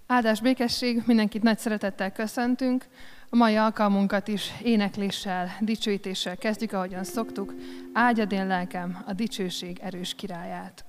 Áldás békesség, mindenkit nagy szeretettel köszöntünk. A mai alkalmunkat is énekléssel, dicsőítéssel kezdjük, ahogyan szoktuk. Áldjad én lelkem a dicsőség erős királyát.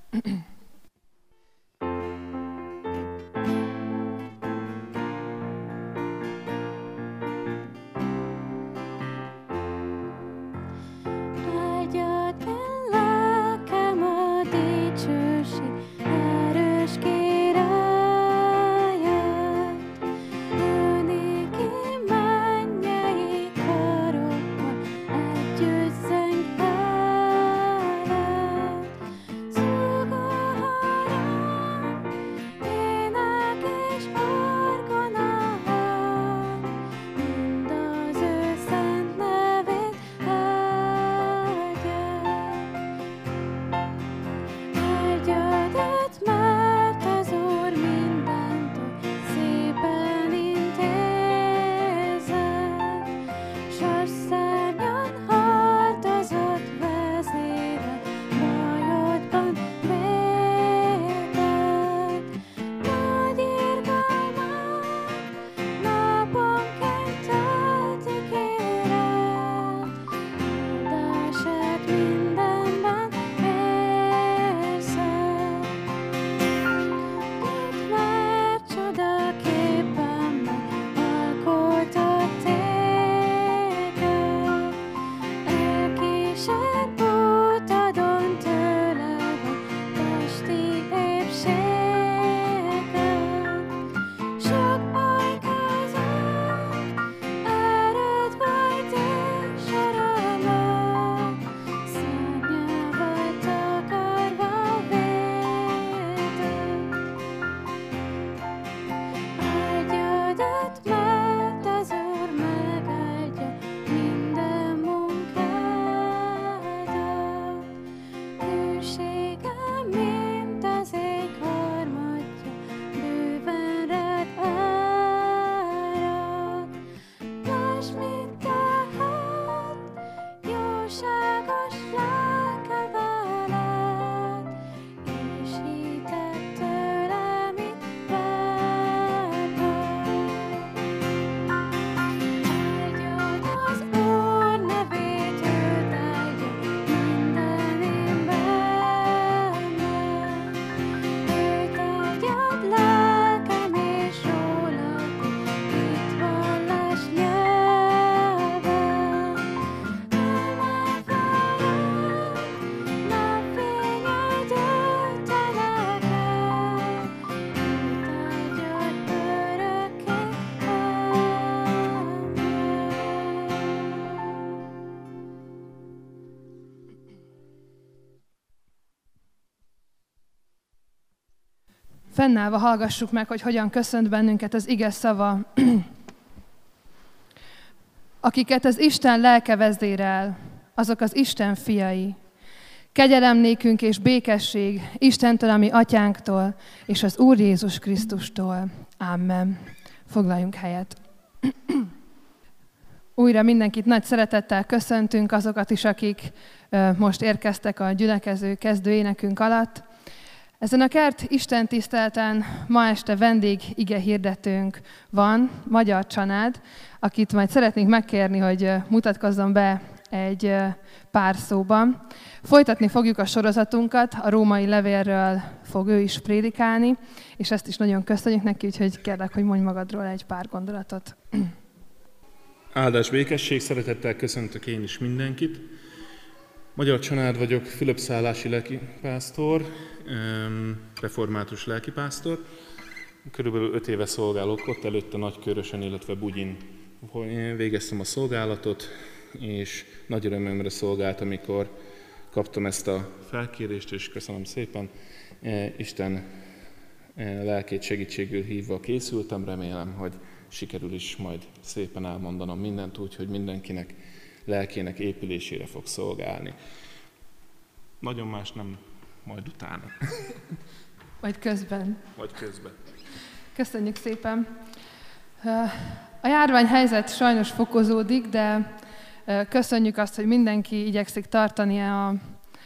Fennállva hallgassuk meg, hogy hogyan köszönt bennünket az ige szava. Akiket az Isten lelke vezérel, azok az Isten fiai. Kegyelem nékünk és békesség Istentől, ami atyánktól, és az Úr Jézus Krisztustól. Amen. Foglaljunk helyet. Újra mindenkit nagy szeretettel köszöntünk, azokat is, akik most érkeztek a gyülekező kezdő énekünk alatt. Ezen a kert istentiszteleten ma este vendég ige hirdetőnk van, Magyar Csanád, akit majd szeretnénk megkérni, hogy mutatkozzon be egy pár szóban. Folytatni fogjuk a sorozatunkat, a római levélről fog ő is prédikálni, és ezt is nagyon köszönjük neki, úgyhogy kérlek, hogy mondj magadról egy pár gondolatot. Áldás békesség, szeretettel köszöntök én is mindenkit. Magyar Csanád vagyok, Fülöp-szállási lelkipásztor, református lelkipásztor. Körülbelül 5 éve szolgálok ott, előtte Nagykörösen, illetve Bugyin végeztem a szolgálatot, és nagy örömömre szolgált, amikor kaptam ezt a felkérést, és köszönöm szépen. Isten lelkét segítségül hívva készültem, remélem, hogy sikerül is majd szépen elmondanom mindent úgy, hogy mindenkinek lelkének épülésére fog szolgálni. Nagyon más nem, majd utána. Vagy közben. Vagy közben. Köszönjük szépen. A járványhelyzet sajnos fokozódik, de köszönjük azt, hogy mindenki igyekszik tartani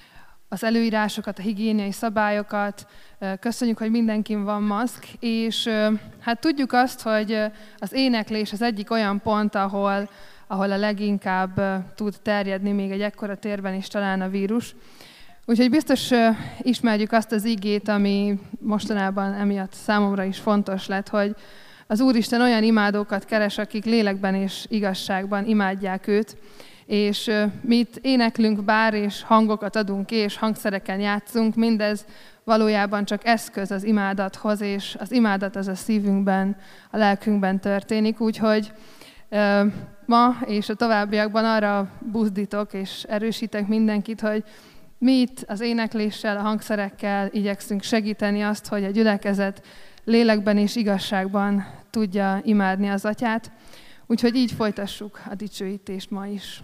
az előírásokat, a higiéniai szabályokat, köszönjük, hogy mindenkin van maszk, és hát tudjuk azt, hogy az éneklés az egyik olyan pont, ahol a leginkább tud terjedni még egy ekkora térben is talán a vírus. Úgyhogy biztos ismerjük azt az igét, ami mostanában emiatt számomra is fontos lett, hogy az Úristen olyan imádókat keres, akik lélekben és igazságban imádják őt, és mi itt éneklünk bár, és hangokat adunk ki, és hangszereken játszunk, mindez valójában csak eszköz az imádathoz, és az imádat az a szívünkben, a lelkünkben történik, úgyhogy ma és a továbbiakban arra buzdítok és erősítek mindenkit, hogy mi itt az énekléssel, a hangszerekkel igyekszünk segíteni azt, hogy a gyülekezet lélekben és igazságban tudja imádni az Atyát. Úgyhogy így folytassuk a dicsőítést ma is.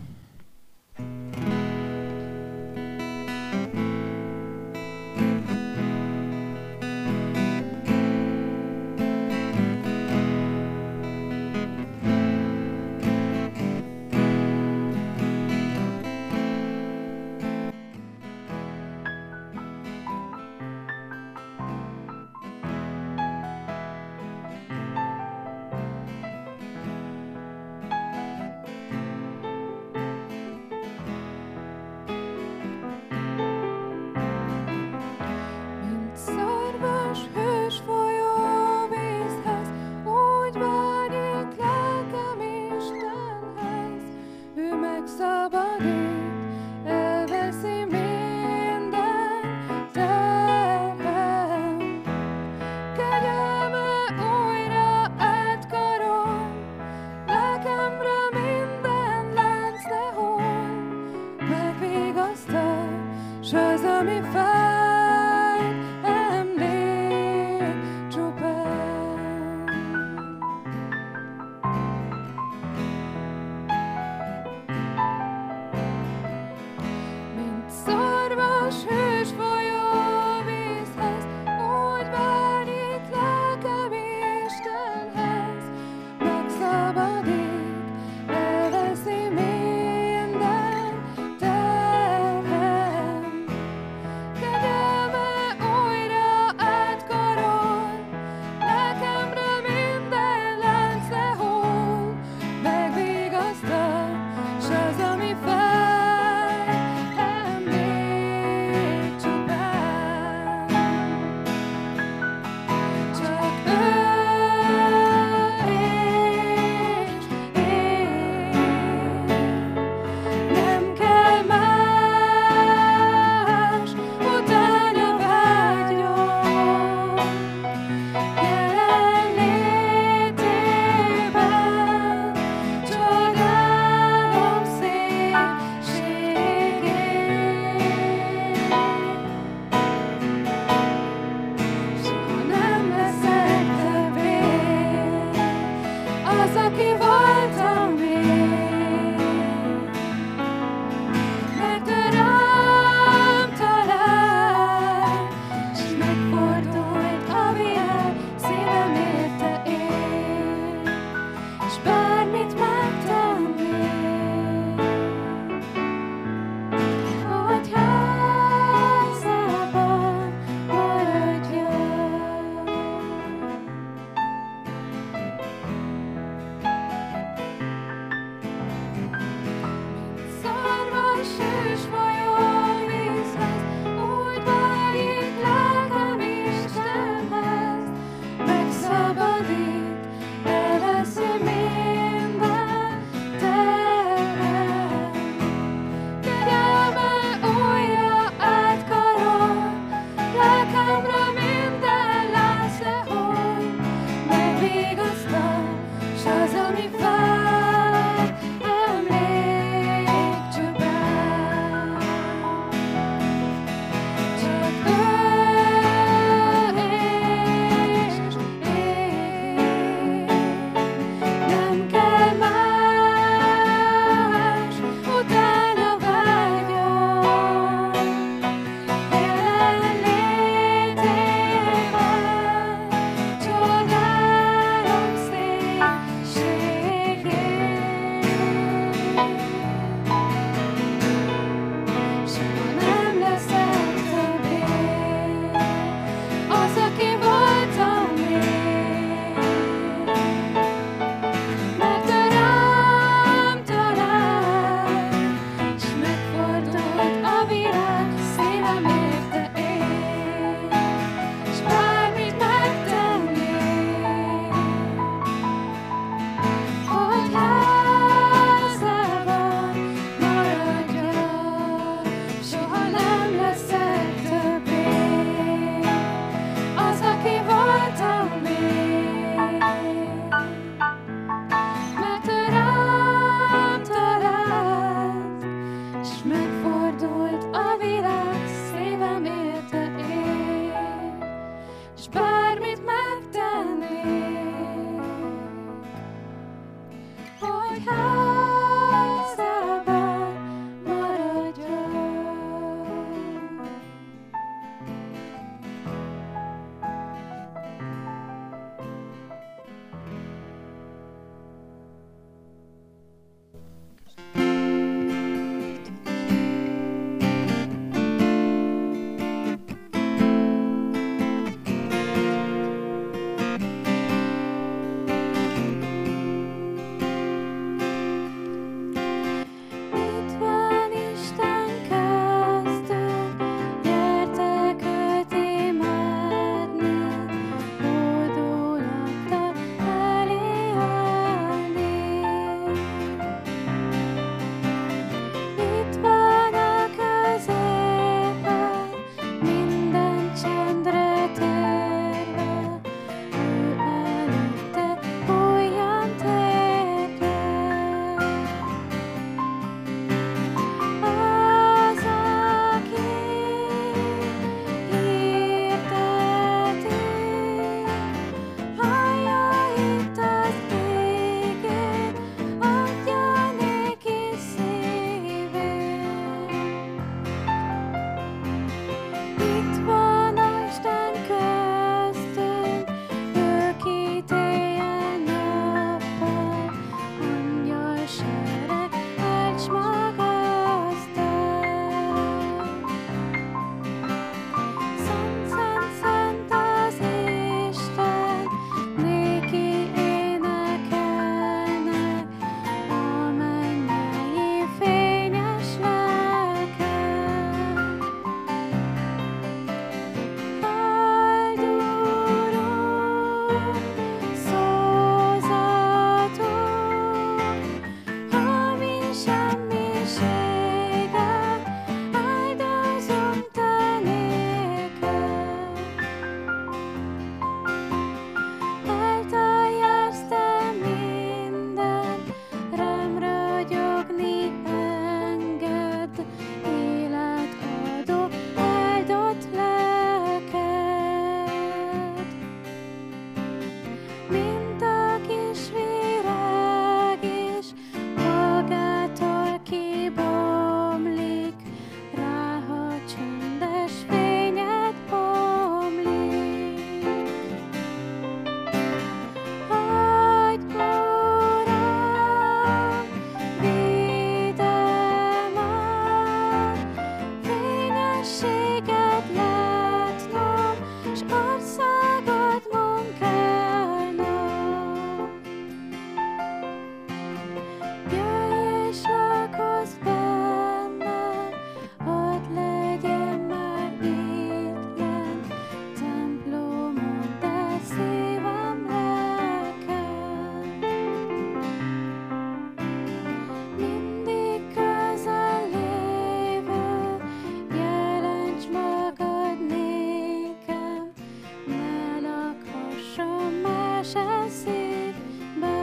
se szívbe.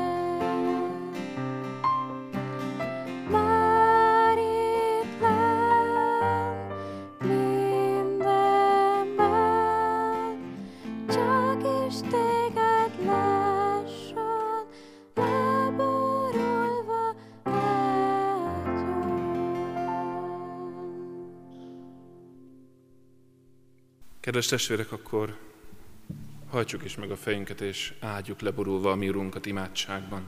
Már itt lenn mindenben, csak is téged lásson, leborulva áldjon. Kedves testvérek, akkor hajtsuk is meg a fejünket, és áldjuk leborulva a mi Urunkat imádságban.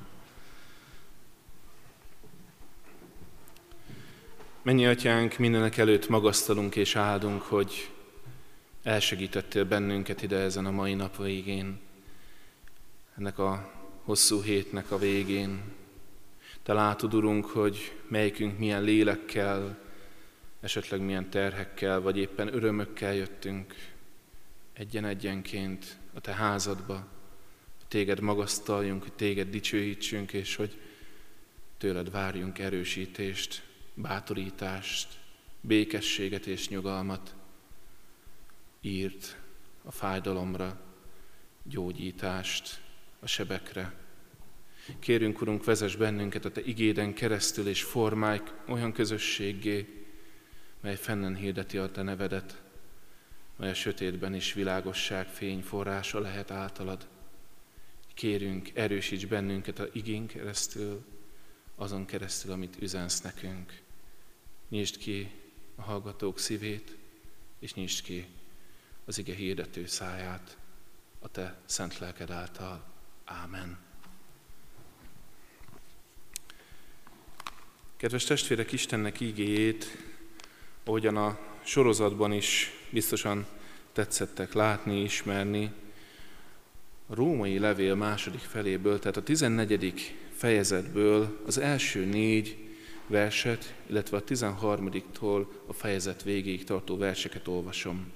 Mennyi Atyánk, mindenek előtt magasztalunk és áldunk, hogy elsegítettél bennünket ide ezen a mai nap végén, ennek a hosszú hétnek a végén. Te látod, Urunk, hogy melyikünk milyen lélekkel, esetleg milyen terhekkel, vagy éppen örömökkel jöttünk egyen-egyenként a Te házadba, hogy Téged magasztaljunk, hogy Téged dicsőítsünk, és hogy tőled várjunk erősítést, bátorítást, békességet és nyugalmat. Írd a fájdalomra, gyógyítást a sebekre. Kérünk, Urunk, vezess bennünket a Te igéden keresztül, és formálj olyan közösséggé, mely fennen hirdeti a Te nevedet, mely a sötétben is világosság fény forrása lehet általad. Kérünk, erősíts bennünket a igén keresztül, azon keresztül, amit üzensz nekünk. Nyisd ki a hallgatók szívét, és nyisd ki az ige hirdető száját a Te szent lelked által. Ámen. Kedves testvérek, Istennek igéjét, ahogyan a sorozatban is biztosan tetszettek látni, ismerni, a római levél második feléből, tehát a 14. fejezetből az első 4 verset, illetve a 13-tól a fejezet végéig tartó verseket olvasom.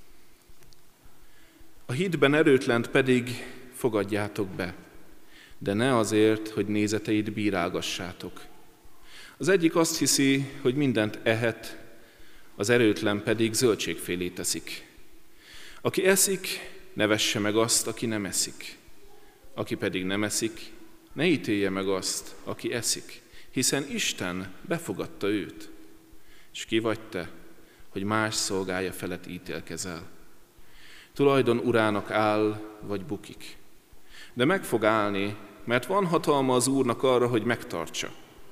A hitben erőtlent pedig fogadjátok be, de ne azért, hogy nézeteit bírálgassátok. Az egyik azt hiszi, hogy mindent ehet, az erőtlen pedig zöldségfélét eszik. Aki eszik, ne vesse meg azt, aki nem eszik. Aki pedig nem eszik, ne ítélje meg azt, aki eszik, hiszen Isten befogadta őt. És ki vagy te, hogy más szolgája felett ítélkezel? Tulajdon urának áll, vagy bukik. De meg fog állni, mert van hatalma az Úrnak arra, hogy megtartsa.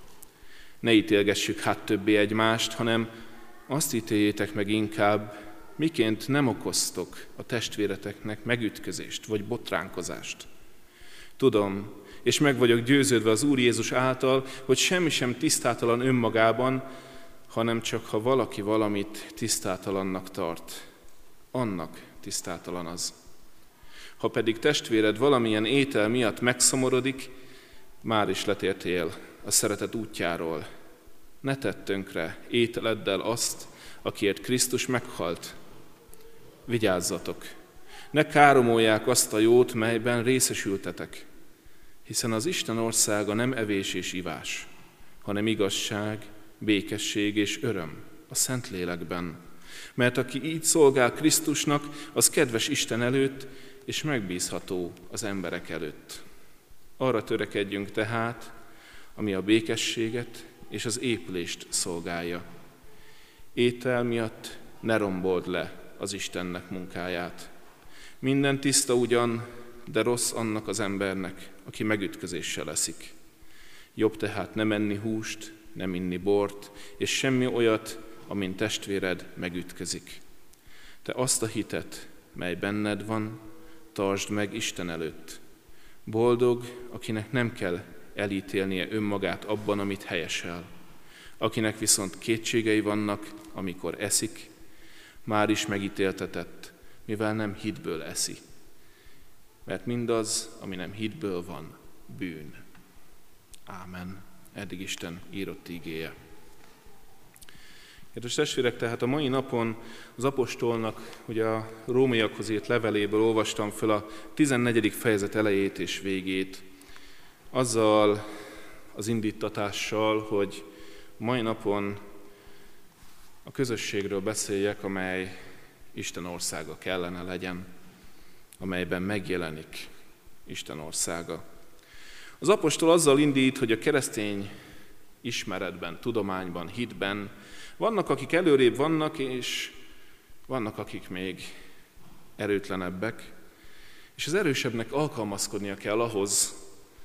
Ne ítélgessük hát többé egymást, hanem azt ítéljétek meg inkább, miként nem okoztok a testvéreteknek megütközést vagy botránkozást. Tudom, és meg vagyok győződve az Úr Jézus által, hogy semmi sem tisztátalan önmagában, hanem csak ha valaki valamit tisztátalannak tart, annak tisztátalan az. Ha pedig testvéred valamilyen étel miatt megszomorodik, már is letértél a szeretet útjáról. Ne tedd tönkre ételeddel azt, akiért Krisztus meghalt. Vigyázzatok! Ne káromolják azt a jót, melyben részesültetek, hiszen az Isten országa nem evés és ivás, hanem igazság, békesség és öröm a Szentlélekben. Mert aki így szolgál Krisztusnak, az kedves Isten előtt, és megbízható az emberek előtt. Arra törekedjünk tehát, ami a békességet és az épülést szolgálja. Étel miatt ne rombold le az Istennek munkáját. Minden tiszta ugyan, de rossz annak az embernek, aki megütközéssel eszik. Jobb tehát nem enni húst, nem inni bort, és semmi olyat, amin testvéred megütközik. Te azt a hitet, mely benned van, tartsd meg Isten előtt. Boldog, akinek nem kell elítélnie önmagát abban, amit helyesel. Akinek viszont kétségei vannak, amikor eszik, már is megítéltetett, mivel nem hitből eszi. Mert mindaz, ami nem hitből van, bűn. Ámen. Eddig Isten írott ígéje. Kedves testvérek, tehát a mai napon az apostolnak, ugye a rómaiakhoz írt leveléből olvastam föl a 14. fejezet elejét és végét, azzal az indítatással, hogy mai napon a közösségről beszéljek, amely Isten országa kellene legyen, amelyben megjelenik Isten országa. Az apostol azzal indít, hogy a keresztény ismeretben, tudományban, hitben vannak, akik előrébb vannak, és vannak, akik még erőtlenebbek, és az erősebbnek alkalmazkodnia kell ahhoz,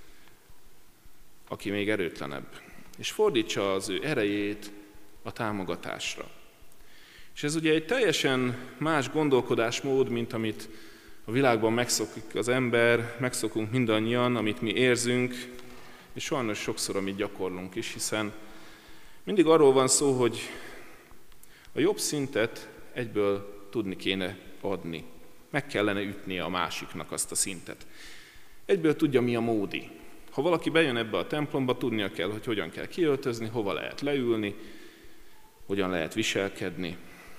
aki még erőtlenebb, és fordítsa az ő erejét a támogatásra. És ez ugye egy teljesen más gondolkodásmód, mint amit a világban megszokik az ember, megszokunk mindannyian, amit mi érzünk, és sajnos sokszor, amit gyakorlunk is, hiszen mindig arról van szó, hogy a jobb szintet egyből tudni kéne adni. Meg kellene ütnie a másiknak azt a szintet. Egyből tudja, mi a módi. Ha valaki bejön ebbe a templomba, tudnia kell, hogy hogyan kell kiöltözni, hova lehet leülni, hogyan lehet viselkedni.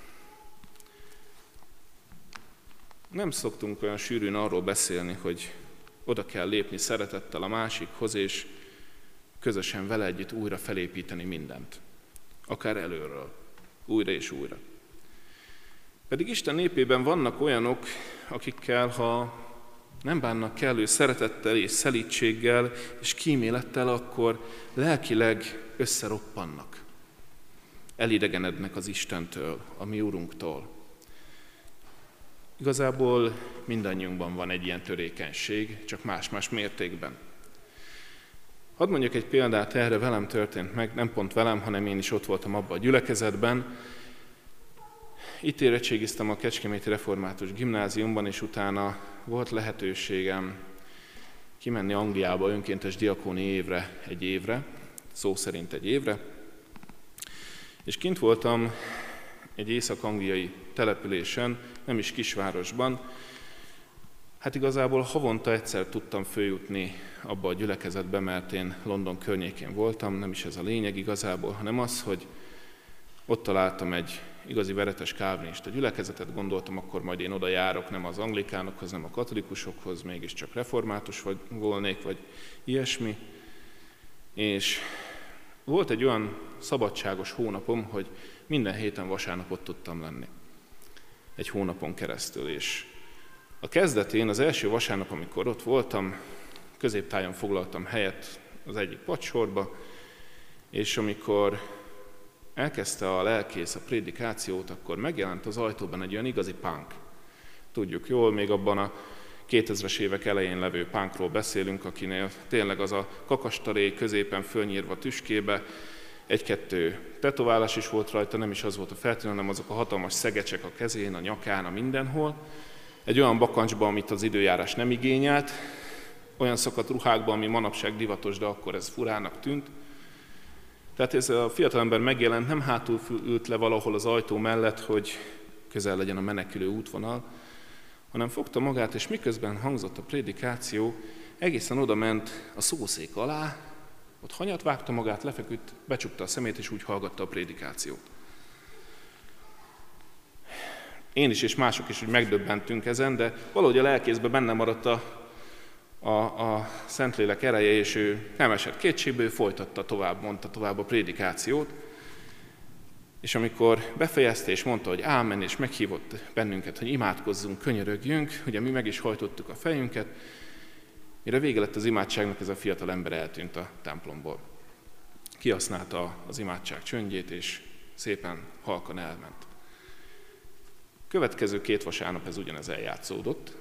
Nem szoktunk olyan sűrűn arról beszélni, hogy oda kell lépni szeretettel a másikhoz, és közösen vele együtt újra felépíteni mindent. Akár előről, újra és újra. Pedig Isten népében vannak olyanok, akikkel, ha nem bánnak kellő szeretettel és szelídséggel és kímélettel, akkor lelkileg összeroppannak. Elidegenednek az Istentől, a mi Urunktól. Igazából mindannyiunkban van egy ilyen törékenység, csak más-más mértékben. Hadd mondjak egy példát, erre velem történt meg, nem pont velem, hanem én is ott voltam abban a gyülekezetben. Itt érettségiztem a Kecskeméti Református Gimnáziumban, és utána volt lehetőségem kimenni Angliába önkéntes diakóni évre, egy évre, szó szerint egy évre. És kint voltam egy észak-angliai településen, nem is kisvárosban. Hát igazából havonta egyszer tudtam följutni abba a gyülekezetbe, mert én London környékén voltam, nem is ez a lényeg igazából, hanem az, hogy ott találtam egy igazi veretes kálvinista gyülekezetet, gondoltam, akkor majd én oda járok, nem az anglikánokhoz, nem a katolikusokhoz, mégiscsak református volnék, vagy ilyesmi. És volt egy olyan szabadságos hónapom, hogy minden héten vasárnap ott tudtam lenni. Egy hónapon keresztül. És a kezdetén, az első vasárnap, amikor ott voltam, középtájon foglaltam helyet az egyik padsorba, és amikor elkezdte a lelkész a prédikációt, akkor megjelent az ajtóban egy olyan igazi punk. Tudjuk jól, még abban a 2000-es évek elején levő punkról beszélünk, akinél tényleg az a kakastaréj középen fölnyírva tüskébe, egy-kettő tetoválás is volt rajta, nem is az volt a feltűnő, hanem azok a hatalmas szegecsek a kezén, a nyakán, a mindenhol. Egy olyan bakancsban, amit az időjárás nem igényelt, olyan szakadt ruhákban, ami manapság divatos, de akkor ez furának tűnt. Tehát ez a fiatalember megjelent, nem hátul ült le valahol az ajtó mellett, hogy közel legyen a menekülő útvonal, hanem fogta magát, és miközben hangzott a prédikáció, egészen oda ment a szószék alá, ott hanyat vágta magát, lefeküdt, becsukta a szemét, és úgy hallgatta a prédikációt. Én is és mások is úgy megdöbbentünk ezen, de valahogy a lelkészben benne maradt a Szentlélek ereje, és ő nem esett kétségbe, ő folytatta tovább, mondta tovább a prédikációt. És amikor befejezte és mondta, hogy ámen, és meghívott bennünket, hogy imádkozzunk, könyörögjünk, ugye mi meg is hajtottuk a fejünket, mire vége lett az imádságnak, ez a fiatal ember eltűnt a templomból. Kihasználta az imádság csöndjét, és szépen halkan elment. Következő 2 vasárnap ez ugyanez eljátszódott,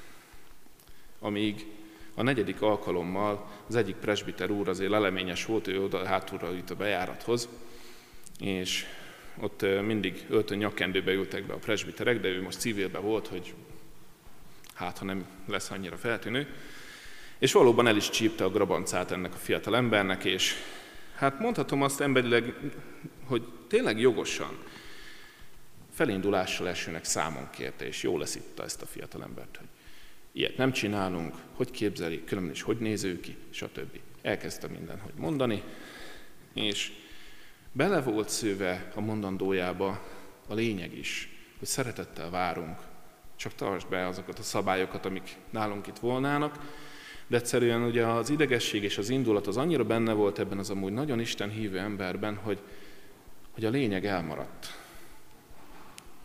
amíg a 4. alkalommal az egyik presbiter úr azért leleményes volt, ő oda hátulra ült a bejárathoz, és ott mindig öltön nyakkendőbe ültek be a presbiterek, de ő most civilbe volt, hogy hát ha nem lesz annyira feltűnő. És valóban el is csípte a grabancát ennek a fiatal embernek, és hát mondhatom azt emberileg, hogy tényleg jogosan felindulással esőnek számon kérte, és jól leszitta ezt a fiatal embert, hogy ilyet nem csinálunk, hogy képzelik, különben is hogy néz ő ki, stb. Elkezdte mindenhogy mondani, és bele volt szőve a mondandójába a lényeg is, hogy szeretettel várunk, csak tartsd be azokat a szabályokat, amik nálunk itt volnának, de egyszerűen ugye az idegesség és az indulat az annyira benne volt ebben az amúgy nagyon Isten hívő emberben, hogy a lényeg elmaradt.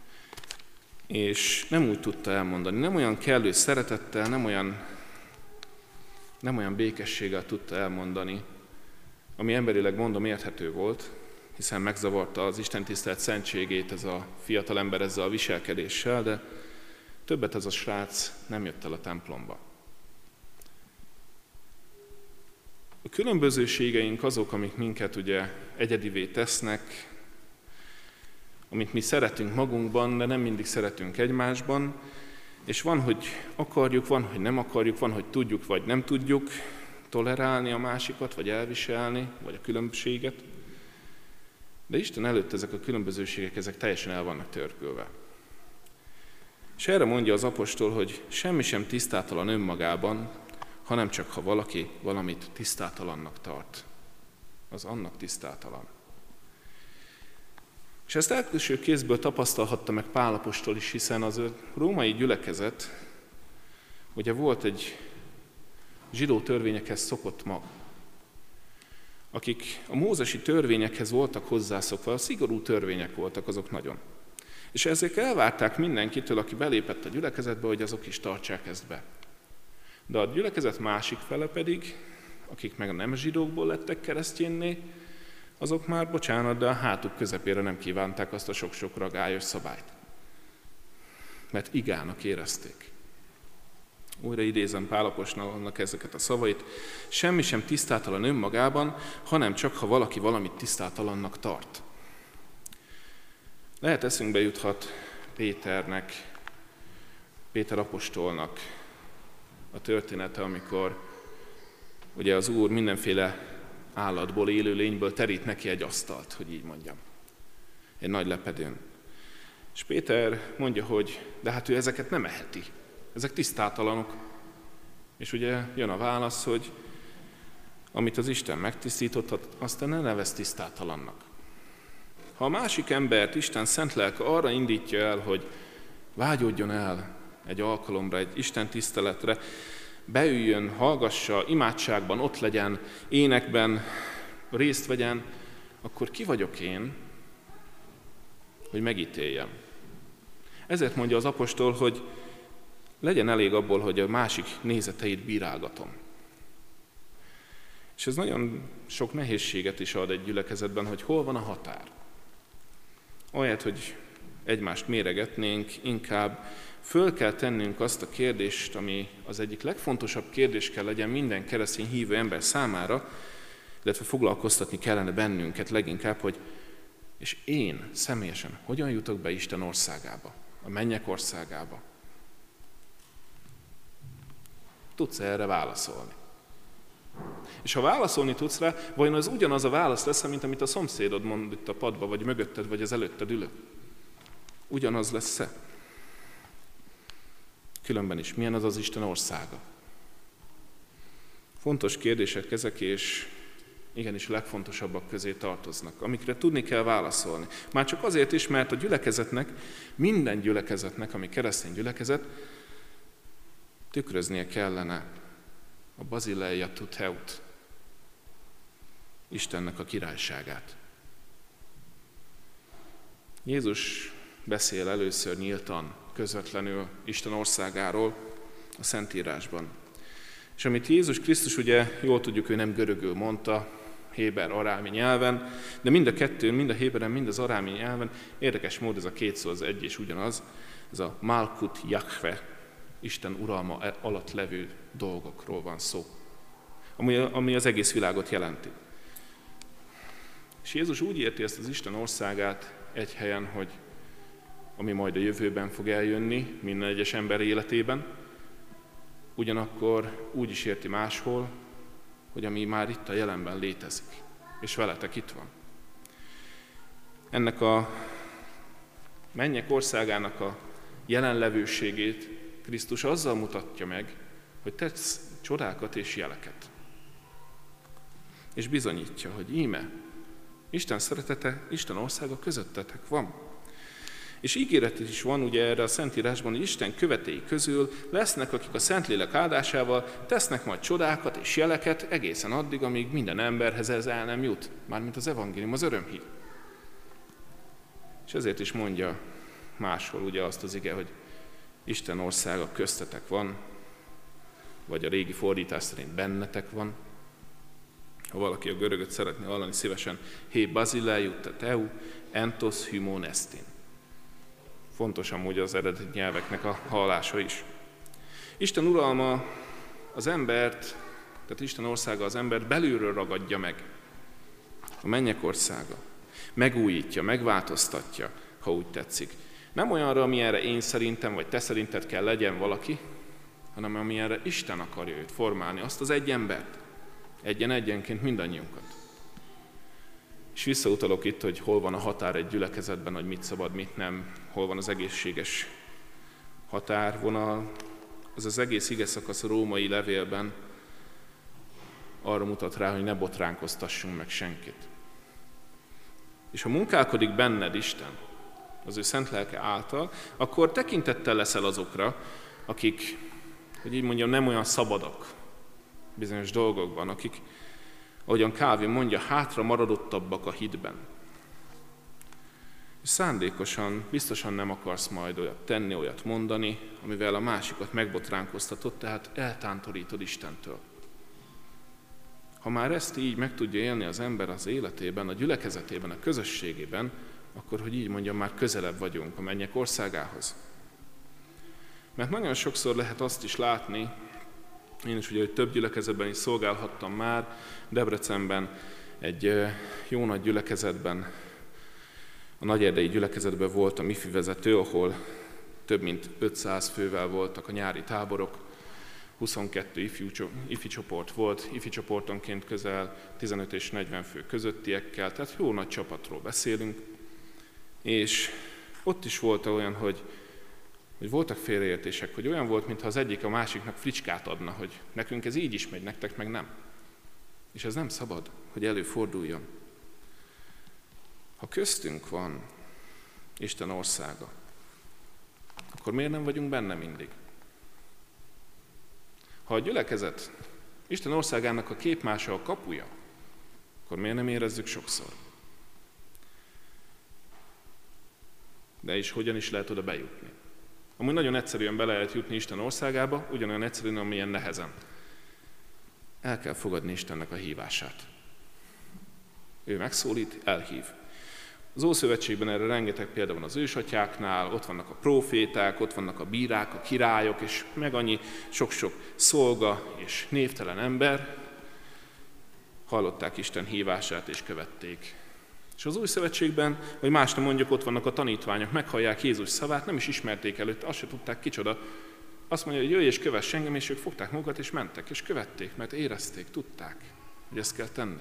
És nem úgy tudta elmondani, nem olyan kellő szeretettel, nem olyan nem olyan békességgel tudta elmondani, ami emberileg mondom érthető volt, hiszen megzavarta az Isten tisztelt szentségét ez a fiatalember ezzel a viselkedéssel, de többet ez a srác nem jött el a templomba. A különbözőségeink azok, amik minket ugye egyedivé tesznek, amit mi szeretünk magunkban, de nem mindig szeretünk egymásban, és van, hogy akarjuk, van, hogy nem akarjuk, van, hogy tudjuk, vagy nem tudjuk tolerálni a másikat, vagy elviselni, vagy a különbséget. De Isten előtt ezek a különbözőségek, ezek teljesen el vannak törpülve. És erre mondja az apostol, hogy semmi sem tisztátalan önmagában, hanem csak ha valaki valamit tisztátalannak tart, az annak tisztátalan. És ezt elkülső kézből tapasztalhatta meg Pál apostol is, hiszen az római gyülekezet, ugye volt egy zsidó törvényekhez szokott mag, akik a mózesi törvényekhez voltak hozzászokva, a szigorú törvények voltak azok nagyon. És ezek elvárták mindenkitől, aki belépett a gyülekezetbe, hogy azok is tartsák ezt be. De a gyülekezet másik fele pedig, akik meg nem zsidókból lettek keresztjénné, azok már, bocsánat, de a hátuk közepére nem kívánták azt a sok-sok ragályos szabályt. Mert igának érezték. Újra idézem Pál apostolnak ezeket a szavait. Semmi sem tisztátalan önmagában, hanem csak, ha valaki valamit tisztátalannak tart. Lehet eszünkbe juthat Péter apostolnak a története, amikor ugye az Úr mindenféle állatból, élő lényből terít neki egy asztalt, hogy így mondjam, egy nagy lepedőn. És Péter mondja, hogy de hát ő ezeket nem eheti, ezek tisztátalanok. És ugye jön a válasz, hogy amit az Isten megtisztított, azt te ne nevezz tisztátalannak. Ha a másik embert Isten szent lelke arra indítja el, hogy vágyódjon el egy alkalomra, egy Isten tiszteletre, beüljön, hallgassa, imádságban ott legyen, énekben részt vegyen, akkor ki vagyok én, hogy megítéljem. Ezért mondja az apostol, hogy legyen elég abból, hogy a másik nézeteit bírálgatom. És ez nagyon sok nehézséget is ad egy gyülekezetben, hogy hol van a határ. Ahelyett, hogy egymást méregetnénk, inkább föl kell tennünk azt a kérdést, ami az egyik legfontosabb kérdés kell legyen minden keresztény hívő ember számára, illetve foglalkoztatni kellene bennünket leginkább, hogy és én személyesen hogyan jutok be Isten országába, a mennyek országába? Tudsz erre válaszolni? És ha válaszolni tudsz rá, vajon az ugyanaz a válasz lesz, mint amit a szomszédod mond itt a padba, vagy mögötted, vagy az előtted ülő? Ugyanaz lesz-e? Különben is, milyen az az Isten országa? Fontos kérdések ezek, és igenis legfontosabbak közé tartoznak, amikre tudni kell válaszolni. Már csak azért is, mert a gyülekezetnek, minden gyülekezetnek, ami keresztény gyülekezet, tükröznie kellene a Basileia tu Theut, Istennek a királyságát. Jézus beszél először nyíltan, közvetlenül Isten országáról a Szentírásban. És amit Jézus Krisztus, ugye jól tudjuk, ő nem görögül mondta, héber, arámi nyelven, de mind a kettőn, mind a héberen, mind az arámi nyelven, érdekes mód ez a két szó az egy és ugyanaz, ez a Malkut Jahve, Isten uralma alatt levő dolgokról van szó, ami az egész világot jelenti. És Jézus úgy érti ezt az Isten országát egy helyen, hogy ami majd a jövőben fog eljönni minden egyes ember életében, ugyanakkor úgy is érti máshol, hogy ami már itt a jelenben létezik, és veletek itt van. Ennek a mennyek országának a jelenlevőségét Krisztus azzal mutatja meg, hogy tesz csodákat és jeleket. És bizonyítja, hogy íme, Isten szeretete, Isten országa közöttetek van. És ígéret is van ugye erre a Szentírásban, hogy Isten követői közül lesznek, akik a Szentlélek áldásával tesznek majd csodákat és jeleket egészen addig, amíg minden emberhez ez el nem jut. Mármint az evangélium, az örömhír. És ezért is mondja máshol ugye azt az ige, hogy Isten országa köztetek van, vagy a régi fordítás szerint bennetek van. Ha valaki a görögöt szeretné hallani, szívesen hé basileiu teteu, entos hymon estin. Fontos amúgy az eredeti nyelveknek a hallása is. Isten uralma az embert, tehát Isten országa az embert belülről ragadja meg. A mennyek országa. Megújítja, megváltoztatja, ha úgy tetszik. Nem olyanra, amilyenre én szerintem, vagy te szerinted kell legyen valaki, hanem amilyenre Isten akarja őt formálni, azt az egy embert. Egyen-egyenként mindannyiunkat. És visszautalok itt, hogy hol van a határ egy gyülekezetben, hogy mit szabad, mit nem, hol van az egészséges határvonal. Az egész igeszakasz a római levélben arra mutat rá, hogy ne botránkoztassunk meg senkit. És ha munkálkodik benned Isten, az ő szent lelke által, akkor tekintettel leszel azokra, akik, hogy így mondjam, nem olyan szabadok bizonyos dolgokban, akik, ahogyan Calvin mondja, hátra maradottabbak a hitben. És szándékosan, biztosan nem akarsz majd olyat tenni, olyat mondani, amivel a másikat megbotránkoztatod, tehát eltántorítod Istentől. Ha már ezt így meg tudja élni az ember az életében, a gyülekezetében, a közösségében, akkor, hogy így mondjam, már közelebb vagyunk a mennyek országához. Mert nagyon sokszor lehet azt is látni, én is ugye, hogy több gyülekezetben is szolgálhattam már, Debrecenben egy jó nagy gyülekezetben, a nagyerdei gyülekezetben voltam ifi vezető, ahol több mint 500 fővel voltak a nyári táborok, 22 ifi csoport volt, ifi csoportonként közel 15 és 40 fő közöttiekkel, tehát jó nagy csapatról beszélünk, és ott is volt olyan, hogy voltak félreértések, hogy olyan volt, mintha az egyik a másiknak fricskát adna, hogy nekünk ez így is megy, nektek meg nem. És ez nem szabad, hogy előforduljon. Ha köztünk van Isten országa, akkor miért nem vagyunk benne mindig? Ha a gyülekezet Isten országának a képmása, a kapuja, akkor miért nem érezzük sokszor? De és hogyan is lehet oda bejutni? Amúgy nagyon egyszerűen be lehet jutni Isten országába, ugyanolyan egyszerűen, amilyen nehezen. El kell fogadni Istennek a hívását. Ő megszólít, elhív. Az Ószövetségben erre rengeteg példa van az ősatyáknál, ott vannak a próféták, ott vannak a bírák, a királyok, és meg annyi sok-sok szolga és névtelen ember hallották Isten hívását és követték. És az Új Szövetségben, vagy más nem mondjuk, ott vannak a tanítványok, meghallják Jézus szavát, nem is ismerték előtte, azt se tudták kicsoda. Azt mondja, hogy jöjj és kövess engem, és ők fogták magukat és mentek, és követték, mert érezték, tudták, hogy ezt kell tenni.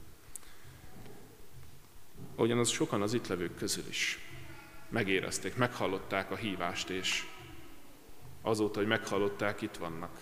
Ahogyan az sokan az itt levők közül is megérezték, meghallották a hívást, és azóta, hogy meghallották, itt vannak.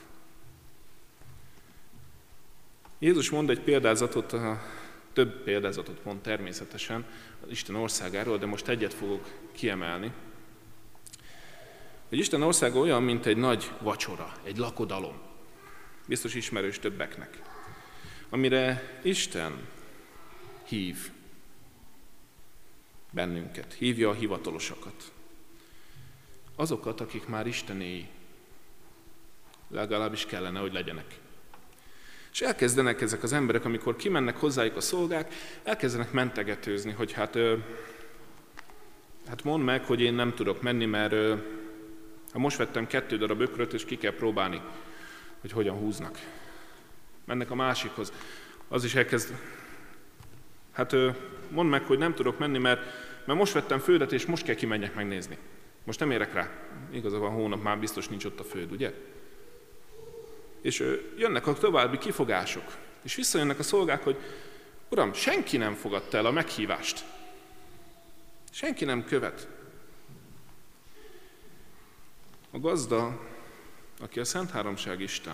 Jézus mond egy példázatot, több példázatot mond természetesen az Isten országáról, de most egyet fogok kiemelni. Hogy Isten országa olyan, mint egy nagy vacsora, egy lakodalom. Biztos ismerős többeknek. Amire Isten hív bennünket, hívja a hivatalosokat. Azokat, akik már Istenéi, legalábbis kellene, hogy legyenek. És elkezdenek ezek az emberek, amikor kimennek hozzájuk a szolgák, elkezdenek mentegetőzni, hogy hát mondd meg, hogy én nem tudok menni, mert most vettem 2 darab ökröt, és ki kell próbálni, hogy hogyan húznak. Mennek a másikhoz. Az is elkezd, mondd meg, hogy nem tudok menni, mert most vettem földet, és most kell kimenjek megnézni. Most nem érek rá. Igaza van, hónap már biztos nincs ott a föld, ugye? És jönnek a további kifogások. És visszajönnek a szolgák, hogy Uram, senki nem fogadta el a meghívást. Senki nem követ. A gazda, aki a Szent Háromság Isten,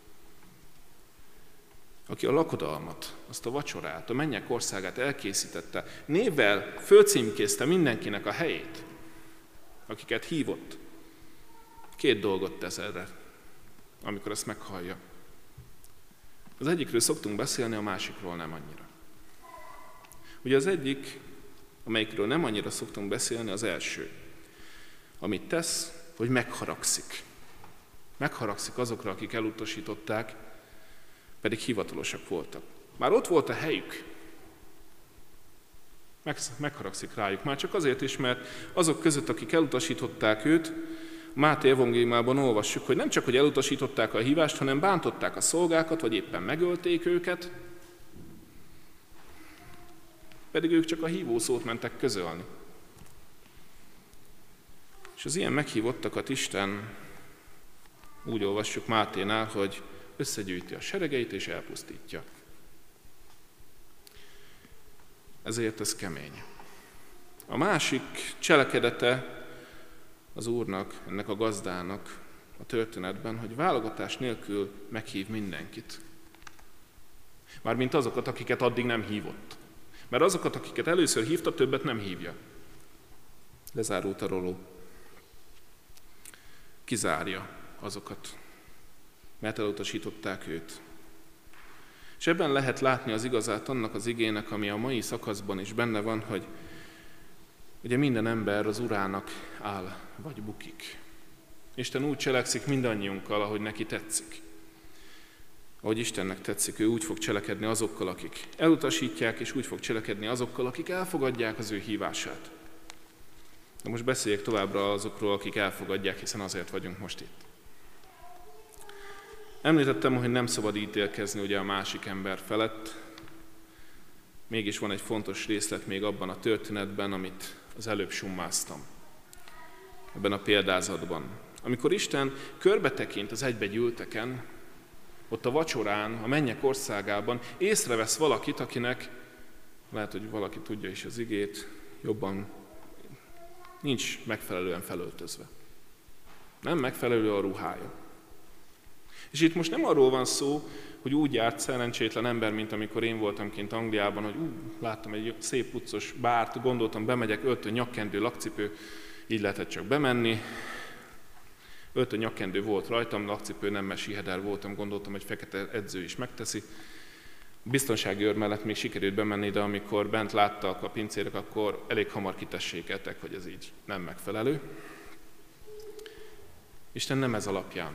aki a lakodalmat, azt a vacsorát, a mennyek országát elkészítette, névvel fölcímkézte mindenkinek a helyét, akiket hívott. 2 dolgot tesz erre, amikor ezt meghallja. Az egyikről szoktunk beszélni, a másikról nem annyira. Ugye az egyik, amelyikről nem annyira szoktunk beszélni, az első. Amit tesz, hogy megharagszik. Megharagszik azokra, akik elutasították, pedig hivatalosak voltak. Már ott volt a helyük. Megharagszik rájuk. Már csak azért is, mert azok között, akik elutasították őt, Máté evangéliumában olvassuk, hogy nem csak, hogy elutasították a hívást, hanem bántották a szolgákat, vagy éppen megölték őket, pedig ők csak a hívószót mentek közölni. És az ilyen meghívottakat Isten, úgy olvassuk Máténál, hogy összegyűjti a seregeit és elpusztítja. Ezért ez kemény. A másik cselekedete az Úrnak, ennek a gazdának a történetben, hogy válogatás nélkül meghív mindenkit. Mármint azokat, akiket addig nem hívott. Mert azokat, akiket először hívta, többet nem hívja. Lezárult a roló. Kizárja azokat, mert elutasították őt. És ebben lehet látni az igazát annak az igének, ami a mai szakaszban is benne van, hogy ugye minden ember az Urának áll vagy bukik. Isten úgy cselekszik mindannyiunkkal, ahogy neki tetszik. Ahogy Istennek tetszik, ő úgy fog cselekedni azokkal, akik elutasítják, és úgy fog cselekedni azokkal, akik elfogadják az ő hívását. De most beszéljek továbbra azokról, akik elfogadják, hiszen azért vagyunk most itt. Említettem, hogy nem szabad ítélkezni ugye a másik ember felett. Mégis van egy fontos részlet még abban a történetben, amit az előbb summáztam. Ebben a példázatban. Amikor Isten körbetekint az egybegyűlteken, ott a vacsorán, a mennyek országában észrevesz valakit, akinek, lehet, hogy valaki tudja is az igét, jobban nincs megfelelően felöltözve. Nem megfelelő a ruhája. És itt most nem arról van szó, hogy úgy járt szerencsétlen ember, mint amikor én voltam kint Angliában, hogy láttam egy szép puccos bárt, gondoltam, bemegyek, öltön, nyakkendő, lakcipő, így lehetett csak bemenni. Öltön, nyakkendő volt rajtam, lakcipő, nem, mert siheder voltam, gondoltam, hogy fekete edző is megteszi. A biztonsági őr mellett még sikerült bemenni, de amikor bent láttak a pincérek, akkor elég hamar kitessékeltek, hogy ez így nem megfelelő. Isten nem ez alapján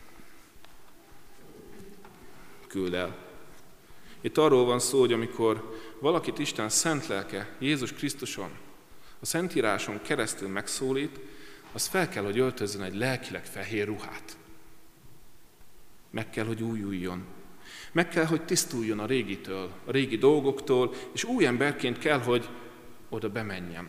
küld el. Itt arról van szó, hogy amikor valakit Isten szent lelke Jézus Krisztuson, a Szentíráson keresztül megszólít, az fel kell, hogy öltözzön egy lelkileg fehér ruhát. Meg kell, hogy újuljon. Meg kell, hogy tisztuljon a régitől, a régi dolgoktól, és új emberként kell, hogy oda bemenjen.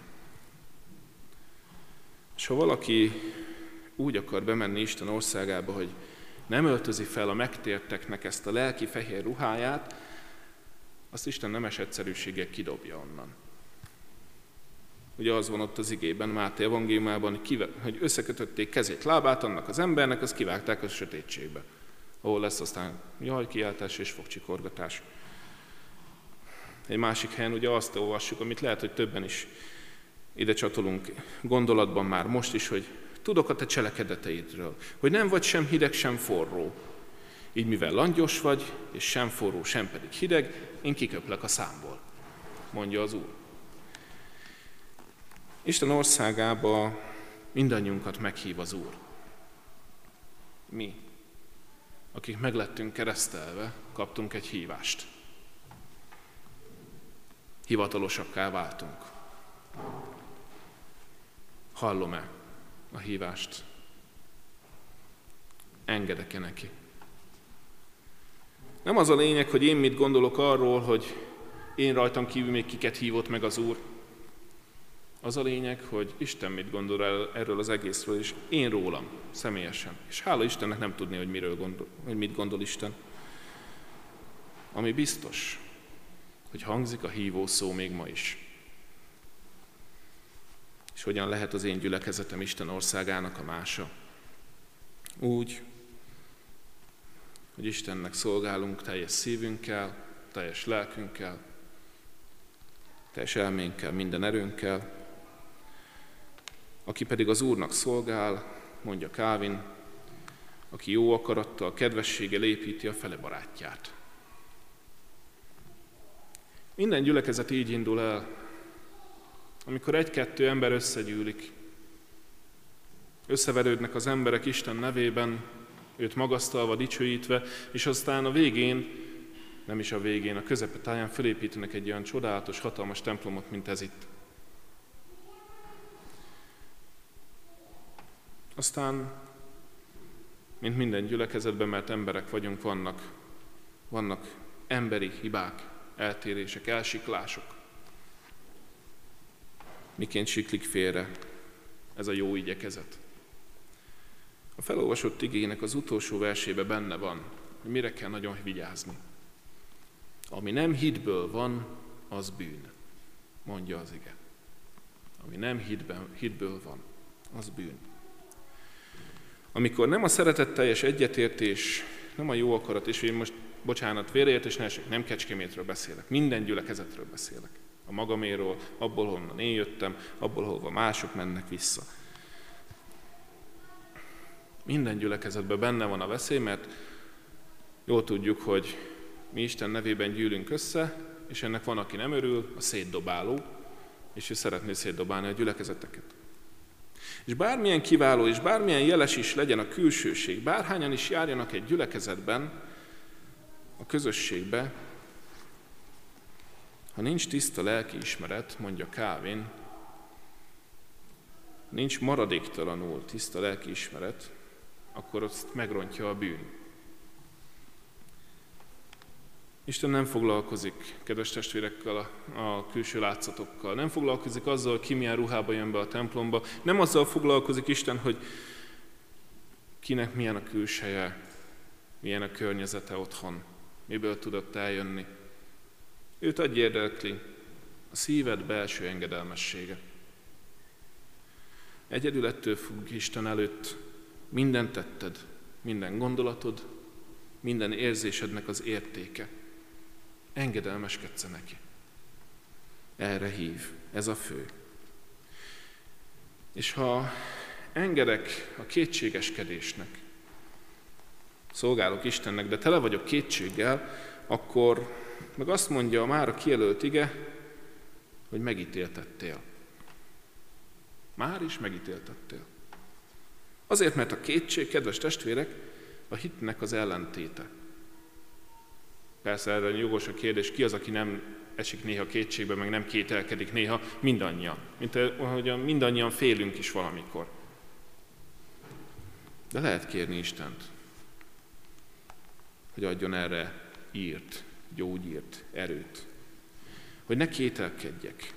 És ha valaki úgy akar bemenni Isten országába, hogy nem öltözi fel a megtérteknek ezt a lelki fehér ruháját, azt Isten nemes egyszerűséggel kidobja onnan. Ugye az van ott az igében, Máté evangéliumában, hogy összekötötték kezét, lábát annak az embernek, azt kivágták a sötétségbe, ahol lesz aztán jajkiáltás és fogcsikorgatás. Egy másik helyen ugye azt olvassuk, amit lehet, hogy többen is ide csatolunk gondolatban már most is, hogy tudok a te cselekedeteidről, hogy nem vagy sem hideg, sem forró. Így mivel langyos vagy, és sem forró, sem pedig hideg, én kiköplek a számból, mondja az Úr. Isten országába mindannyiunkat meghív az Úr. Mi, akik meglettünk keresztelve, kaptunk egy hívást. Hivatalosakká váltunk. Hallom-e a hívást? Engedek-e neki? Nem az a lényeg, hogy én mit gondolok arról, hogy én rajtam kívül még kiket hívott meg az Úr. Az a lényeg, hogy Isten mit gondol erről az egészről, és én rólam, személyesen. És hála Istennek nem tudni, hogy mit gondol Isten. Ami biztos, hogy hangzik a hívó szó még ma is. És hogyan lehet az én gyülekezetem Isten országának a mása? Úgy, hogy Istennek szolgálunk teljes szívünkkel, teljes lelkünkkel, teljes elménkkel, minden erőnkkel, aki pedig az Úrnak szolgál, mondja Calvin, aki jó akarattal, kedvességgel építi a fele barátját. Minden gyülekezet így indul el, amikor egy-kettő ember összegyűlik, összeverődnek az emberek Isten nevében, őt magasztalva, dicsőítve, és aztán a végén, nem is a végén, a közepetáján fölépítenek egy olyan csodálatos, hatalmas templomot, mint ez itt. Aztán, mint minden gyülekezetben, mert emberek vagyunk, vannak emberi hibák, eltérések, elsiklások. Miként siklik félre ez a jó igyekezet? A felolvasott igének az utolsó versében benne van, hogy mire kell nagyon vigyázni. Ami nem hitből van, az bűn, mondja az ige. Ami nem hitből van, az bűn. Amikor nem a szeretetteljes egyetértés, nem a jó akarat, és én most, bocsánat, félreértés ne esik, nem Kecskemétről beszélek, minden gyülekezetről beszélek. A magaméről, abból, honnan én jöttem, abból, hova mások mennek vissza. Minden gyülekezetben benne van a veszély, mert jól tudjuk, hogy mi Isten nevében gyűlünk össze, és ennek van, aki nem örül, a szétdobáló, és ő szeretné szétdobálni a gyülekezeteket. És bármilyen kiváló, és bármilyen jeles is legyen a külsőség, bárhányan is járjanak egy gyülekezetben, a közösségbe, ha nincs tiszta lelkiismeret, mondja Calvin, nincs maradéktalanul tiszta lelkiismeret, akkor azt megrontja a bűn. Isten nem foglalkozik, kedves testvérekkel, a külső látszatokkal. Nem foglalkozik azzal, ki milyen ruhába jön be a templomba. Nem azzal foglalkozik Isten, hogy kinek milyen a külseje, milyen a környezete otthon, miből tudott eljönni. Őt adj érdekli a szíved belső engedelmessége. Egyedül ettől függ Isten előtt minden tetted, minden gondolatod, minden érzésednek az értéke. Engedelmeskedsz neki. Erre hív, ez a fő. És ha engedek a kétségeskedésnek, szolgálok Istennek, de tele vagyok kétséggel, akkor meg azt mondja már a kijelölt ige, hogy megítéltettél. Már is megítéltettél. Azért, mert a kétség, kedves testvérek, a hitnek az ellentéte. Persze erre jogos a kérdés, ki az, aki nem esik néha kétségbe, meg nem kételkedik néha, mindannyian. Mint ahogyan mindannyian félünk is valamikor. De lehet kérni Istent, hogy adjon erre írt, gyógyírt, erőt. Hogy ne kételkedjek.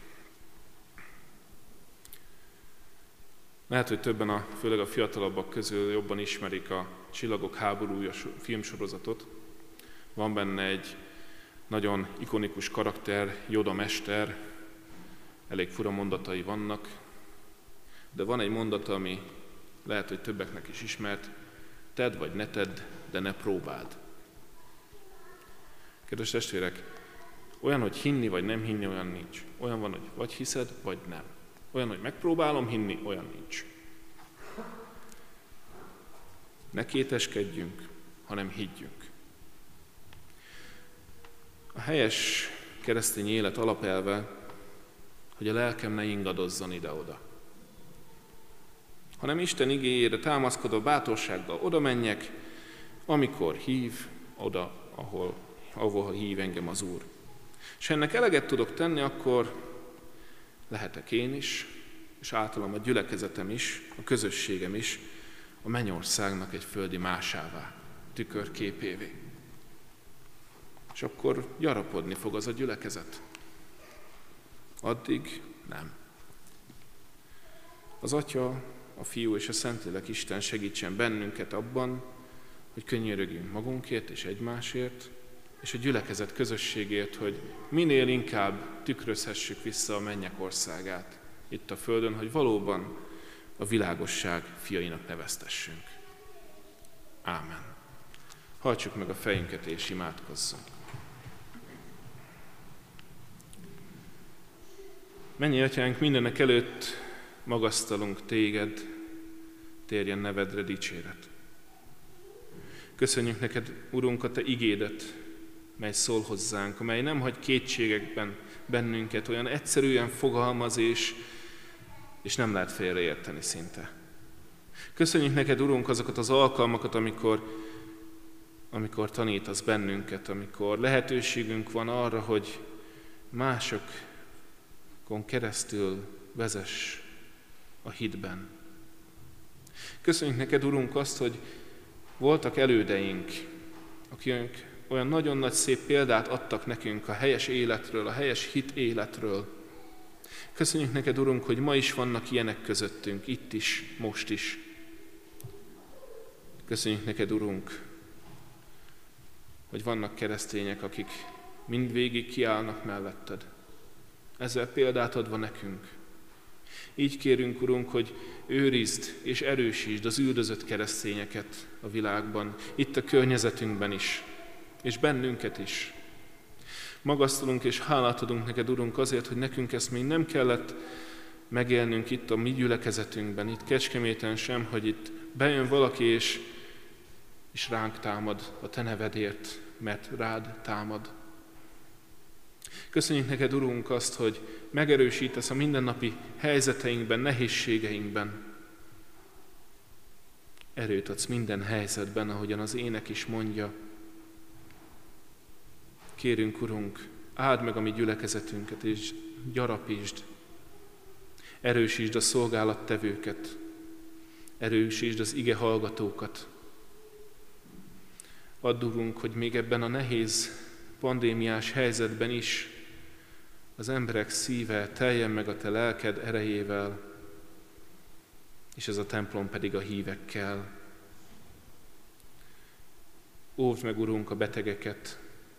Lehet, hogy többen, főleg a fiatalabbak közül jobban ismerik a Csillagok háborúja filmsorozatot. Van benne egy nagyon ikonikus karakter, Yoda mester, elég fura mondatai vannak, de van egy mondata, ami lehet, hogy többeknek is ismert, tedd vagy ne tedd, de ne próbáld. Kedves testvérek, olyan, hogy hinni vagy nem hinni, olyan nincs. Olyan van, hogy vagy hiszed, vagy nem. Olyan, hogy megpróbálom hinni, olyan nincs. Ne kéteskedjünk, hanem higgyünk. A helyes keresztény élet alapelve, hogy a lelkem ne ingadozzon ide-oda. Hanem Isten igéjére támaszkodva bátorsággal oda menjek, amikor hív, oda, ahol hív engem az Úr. És ha ennek eleget tudok tenni, akkor lehetek én is, és általam a gyülekezetem is, a közösségem is a mennyországnak egy földi másává, tükörképévé. És akkor gyarapodni fog az a gyülekezet. Addig nem. Az Atya, a Fiú és a Szentlélek Isten segítsen bennünket abban, hogy könyörögjünk magunkért és egymásért, és a gyülekezet közösségért, hogy minél inkább tükrözhessük vissza a mennyek országát itt a földön, hogy valóban a világosság fiainak neveztessünk. Ámen. Hajtsuk meg a fejünket és imádkozzunk. Mennyi Atyánk, mindenek előtt magasztalunk Téged, térjen nevedre dicséret. Köszönjük neked, Urunk, a Te igédet, mely szól hozzánk, amely nem hagy kétségekben bennünket, olyan egyszerűen fogalmaz, és nem lehet félreérteni szinte. Köszönjük neked, Urunk, azokat az alkalmakat, amikor tanítasz bennünket, amikor lehetőségünk van arra, hogy másokon keresztül vezess a hitben. Köszönjük neked, Urunk, azt, hogy voltak elődeink, akik olyan nagyon nagy szép példát adtak nekünk a helyes életről, a helyes hit életről. Köszönjük neked, Urunk, hogy ma is vannak ilyenek közöttünk, itt is, most is. Köszönjük neked, Urunk, hogy vannak keresztények, akik mindvégig kiállnak melletted. Ezzel példát adva nekünk. Így kérünk, Urunk, hogy őrizd és erősítsd az üldözött keresztényeket a világban, itt a környezetünkben is, és bennünket is. Magasztalunk és hálát adunk neked, Urunk, azért, hogy nekünk ezt még nem kellett megélnünk itt a mi gyülekezetünkben, itt Kecskeméten sem, hogy itt bejön valaki és ránk támad a te nevedért, mert rád támad. Köszönjük neked, Urunk, azt, hogy megerősítesz a mindennapi helyzeteinkben, nehézségeinkben. Erőt adsz minden helyzetben, ahogyan az ének is mondja. Kérünk, Urunk, áld meg a mi gyülekezetünket, és gyarapítsd. Erősítsd a szolgálattevőket, erősítsd az ige hallgatókat. Add, Urunk, hogy még ebben a nehéz pandémiás helyzetben is az emberek szíve teljen meg a te lelked erejével, és ez a templom pedig a hívekkel. Óvd meg, Urunk, a betegeket,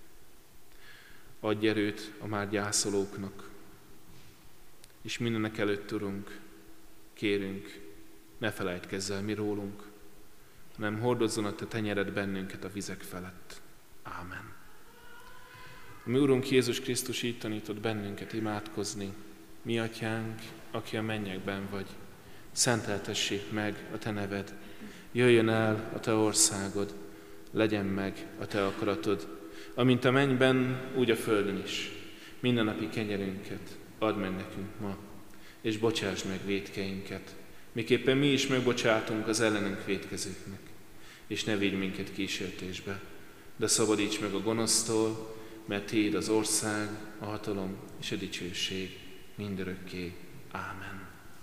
adj erőt a már gyászolóknak, és mindenek előtt, Urunk, kérünk, ne felejtkezz el mi rólunk, hanem hordozzon a te tenyered bennünket a vizek felett. Ámen. A mi Urunk Jézus Krisztus így tanított bennünket imádkozni. Mi Atyánk, aki a mennyekben vagy, szenteltessék meg a te neved, jöjjön el a te országod, legyen meg a te akaratod, amint a mennyben, úgy a földön is. Mindennapi kenyerünket add meg nekünk ma, és bocsásd meg vétkeinket, miképpen mi is megbocsátunk az ellenünk vétkezőknek. És ne vigy minket kísértésbe, de szabadíts meg a gonosztól, mert tiéd az ország, a hatalom és a dicsőség mindörökké. Ámen.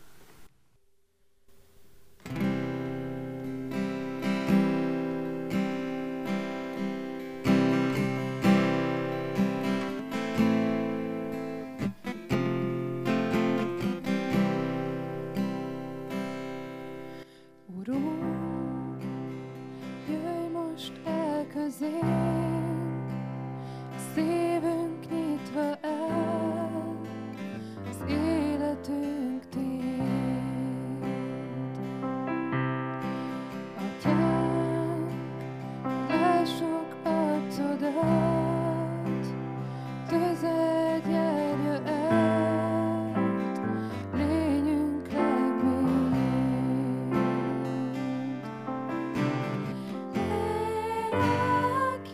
Urunk, jöjj most el közénk, szívünk nyitva el, az életünk tiéd. Atyánk, lássuk arcodat, közel járja át, lényünk legmélyén. Lélek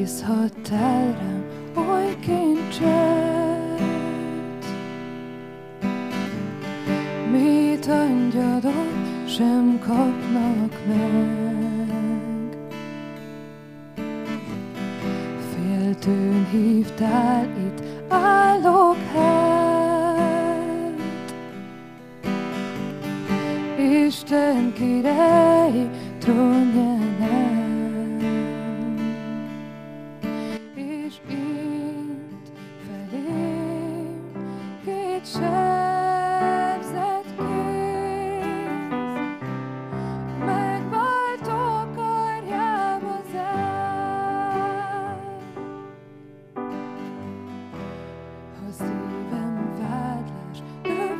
bízhattál rám oly kincset, mit angyalok sem kapnak meg. Féltőn hívtál, itt állok hát, Isten királyi trónjánál, és int felém két sebzett kéz, megváltó karjába zár. Ha szívem vádlás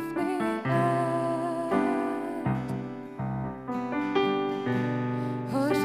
döfné át, ha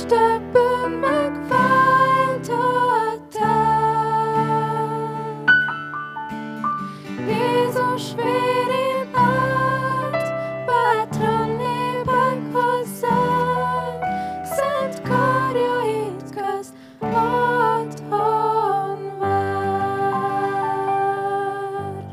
és többen megváltottál. Jézus vérén át, bátran lépek hozzád, szent karjaid közt otthon vár.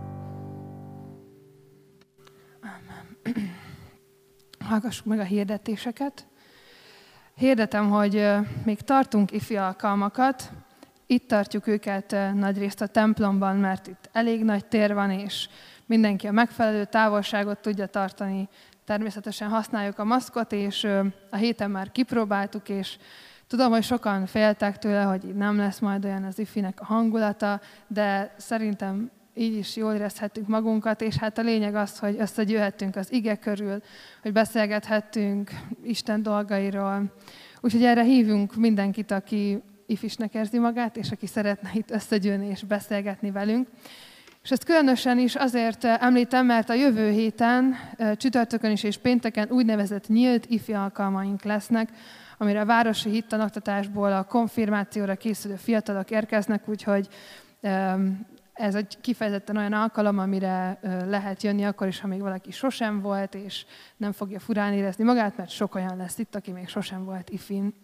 Hallgassuk meg a hirdetéseket. Hirdetem, hogy még tartunk ifi alkalmakat. Itt tartjuk őket nagyrészt a templomban, mert itt elég nagy tér van, és mindenki a megfelelő távolságot tudja tartani. Természetesen használjuk a maszkot, és a héten már kipróbáltuk, és tudom, hogy sokan féltek tőle, hogy így nem lesz majd olyan az ifinek a hangulata, de szerintem így is jól érezhettük magunkat, és hát a lényeg az, hogy összegyűlhettünk az ige körül, hogy beszélgethettünk Isten dolgairól. Úgyhogy erre hívunk mindenkit, aki ifisnek érzi magát, és aki szeretne itt összegyűlni és beszélgetni velünk. És ezt különösen is azért említem, mert a jövő héten, csütörtökön is és pénteken úgynevezett nyílt ifi alkalmaink lesznek, amire a városi hittanoktatásból a konfirmációra készülő fiatalok érkeznek, úgyhogy ez egy kifejezetten olyan alkalom, amire lehet jönni akkor is, ha még valaki sosem volt, és nem fogja furán érezni magát, mert sok olyan lesz itt, aki még sosem volt ifin.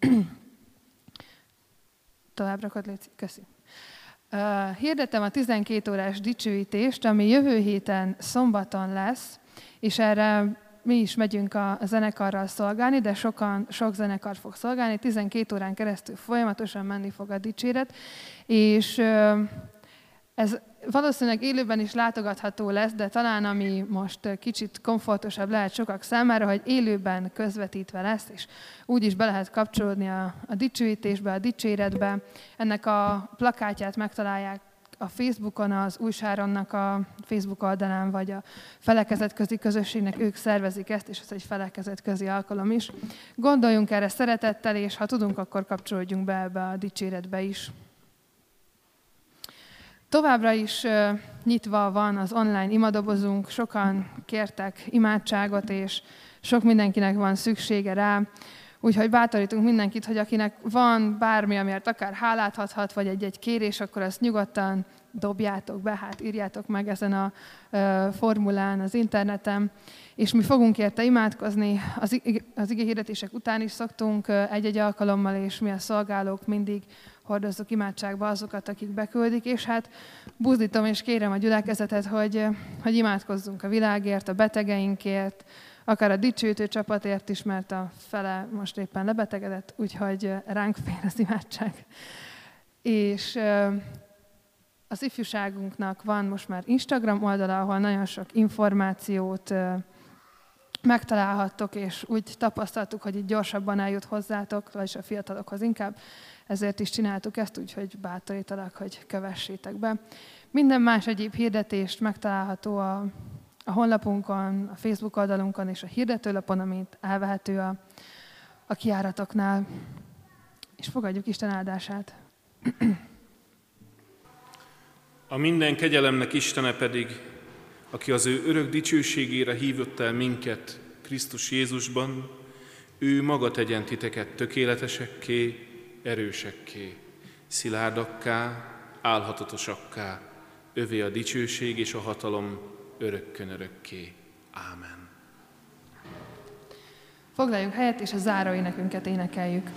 Tovább rakod, Léci? Köszi. Hirdetem a 12 órás dicsőítést, ami jövő héten szombaton lesz, és erre mi is megyünk a zenekarral szolgálni, de sok zenekar fog szolgálni, 12 órán keresztül folyamatosan menni fog a dicséret, és ez valószínűleg élőben is látogatható lesz, de talán ami most kicsit komfortosabb lehet sokak számára, hogy élőben közvetítve lesz, és úgy is be lehet kapcsolódni a dicsőítésbe, a dicséretbe. Ennek a plakátját megtalálják a Facebookon, az Újsáronnak a Facebook oldalán, vagy a felekezetközi közösségnek, ők szervezik ezt, és ez egy felekezetközi alkalom is. Gondoljunk erre szeretettel, és ha tudunk, akkor kapcsolódjunk be ebbe a dicséretbe is. Továbbra is nyitva van az online imadobozunk, sokan kértek imádságot, és sok mindenkinek van szüksége rá. Úgyhogy bátorítunk mindenkit, hogy akinek van bármi, amiért akár hálát adhat, vagy egy kérés, akkor azt nyugodtan dobjátok be, hát írjátok meg ezen a formulán az interneten, és mi fogunk érte imádkozni. Az igehirdetések után is szoktunk egy-egy alkalommal, és mi a szolgálók mindig hordozzuk imádságba azokat, akik beküldik, és hát buzdítom és kérem a gyülekezetet, hogy imádkozzunk a világért, a betegeinkért, akár a dicsőítő csapatért is, mert a fele most éppen lebetegedett, úgyhogy ránk fér az imádság. És az ifjúságunknak van most már Instagram oldala, ahol nagyon sok információt megtalálhattok, és úgy tapasztaltuk, hogy itt gyorsabban eljut hozzátok, vagyis a fiatalokhoz inkább, ezért is csináltuk ezt, úgyhogy bátorítalak, hogy kövessétek be. Minden más egyéb hirdetést megtalálható a honlapunkon, a Facebook oldalunkon és a hirdetőlapon, amit elvehető a kijáratoknál. És fogadjuk Isten áldását. A minden kegyelemnek Istene pedig, aki az ő örök dicsőségére hívott el minket Krisztus Jézusban, ő maga tegyen titeket tökéletesekké, erősekké, szilárdakká, álhatatosakká, övé a dicsőség és a hatalom örökkön örökké. Ámen. Foglaljunk helyet, és a záró énekünket énekeljük.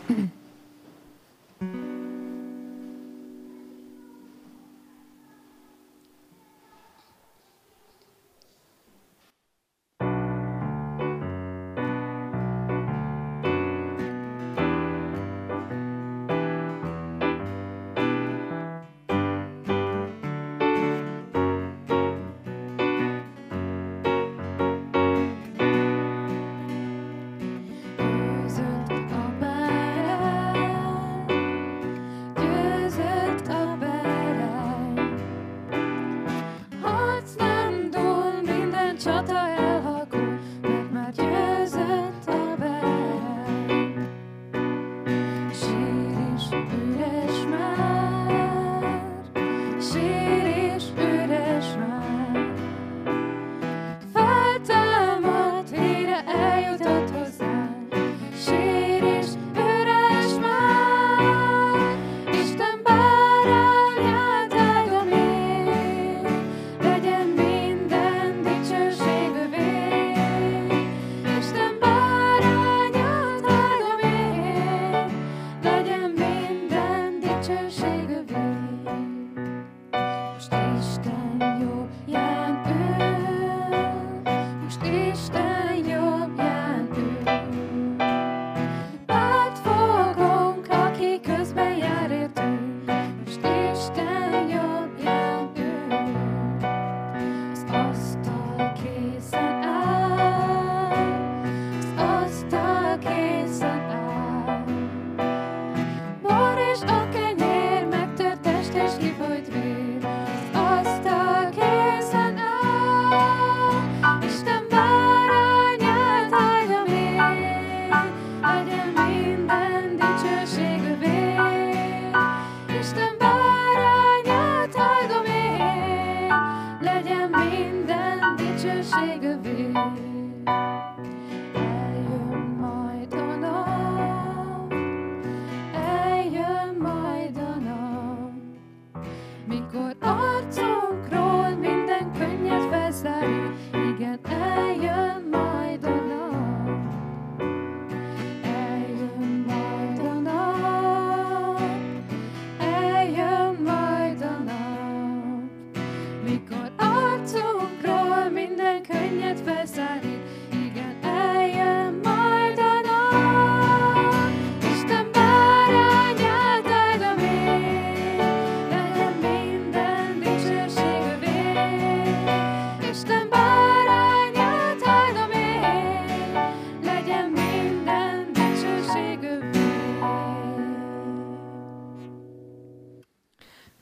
Közölt a bárány,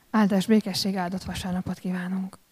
Áldás békesség, áldott vasárnapot kívánunk!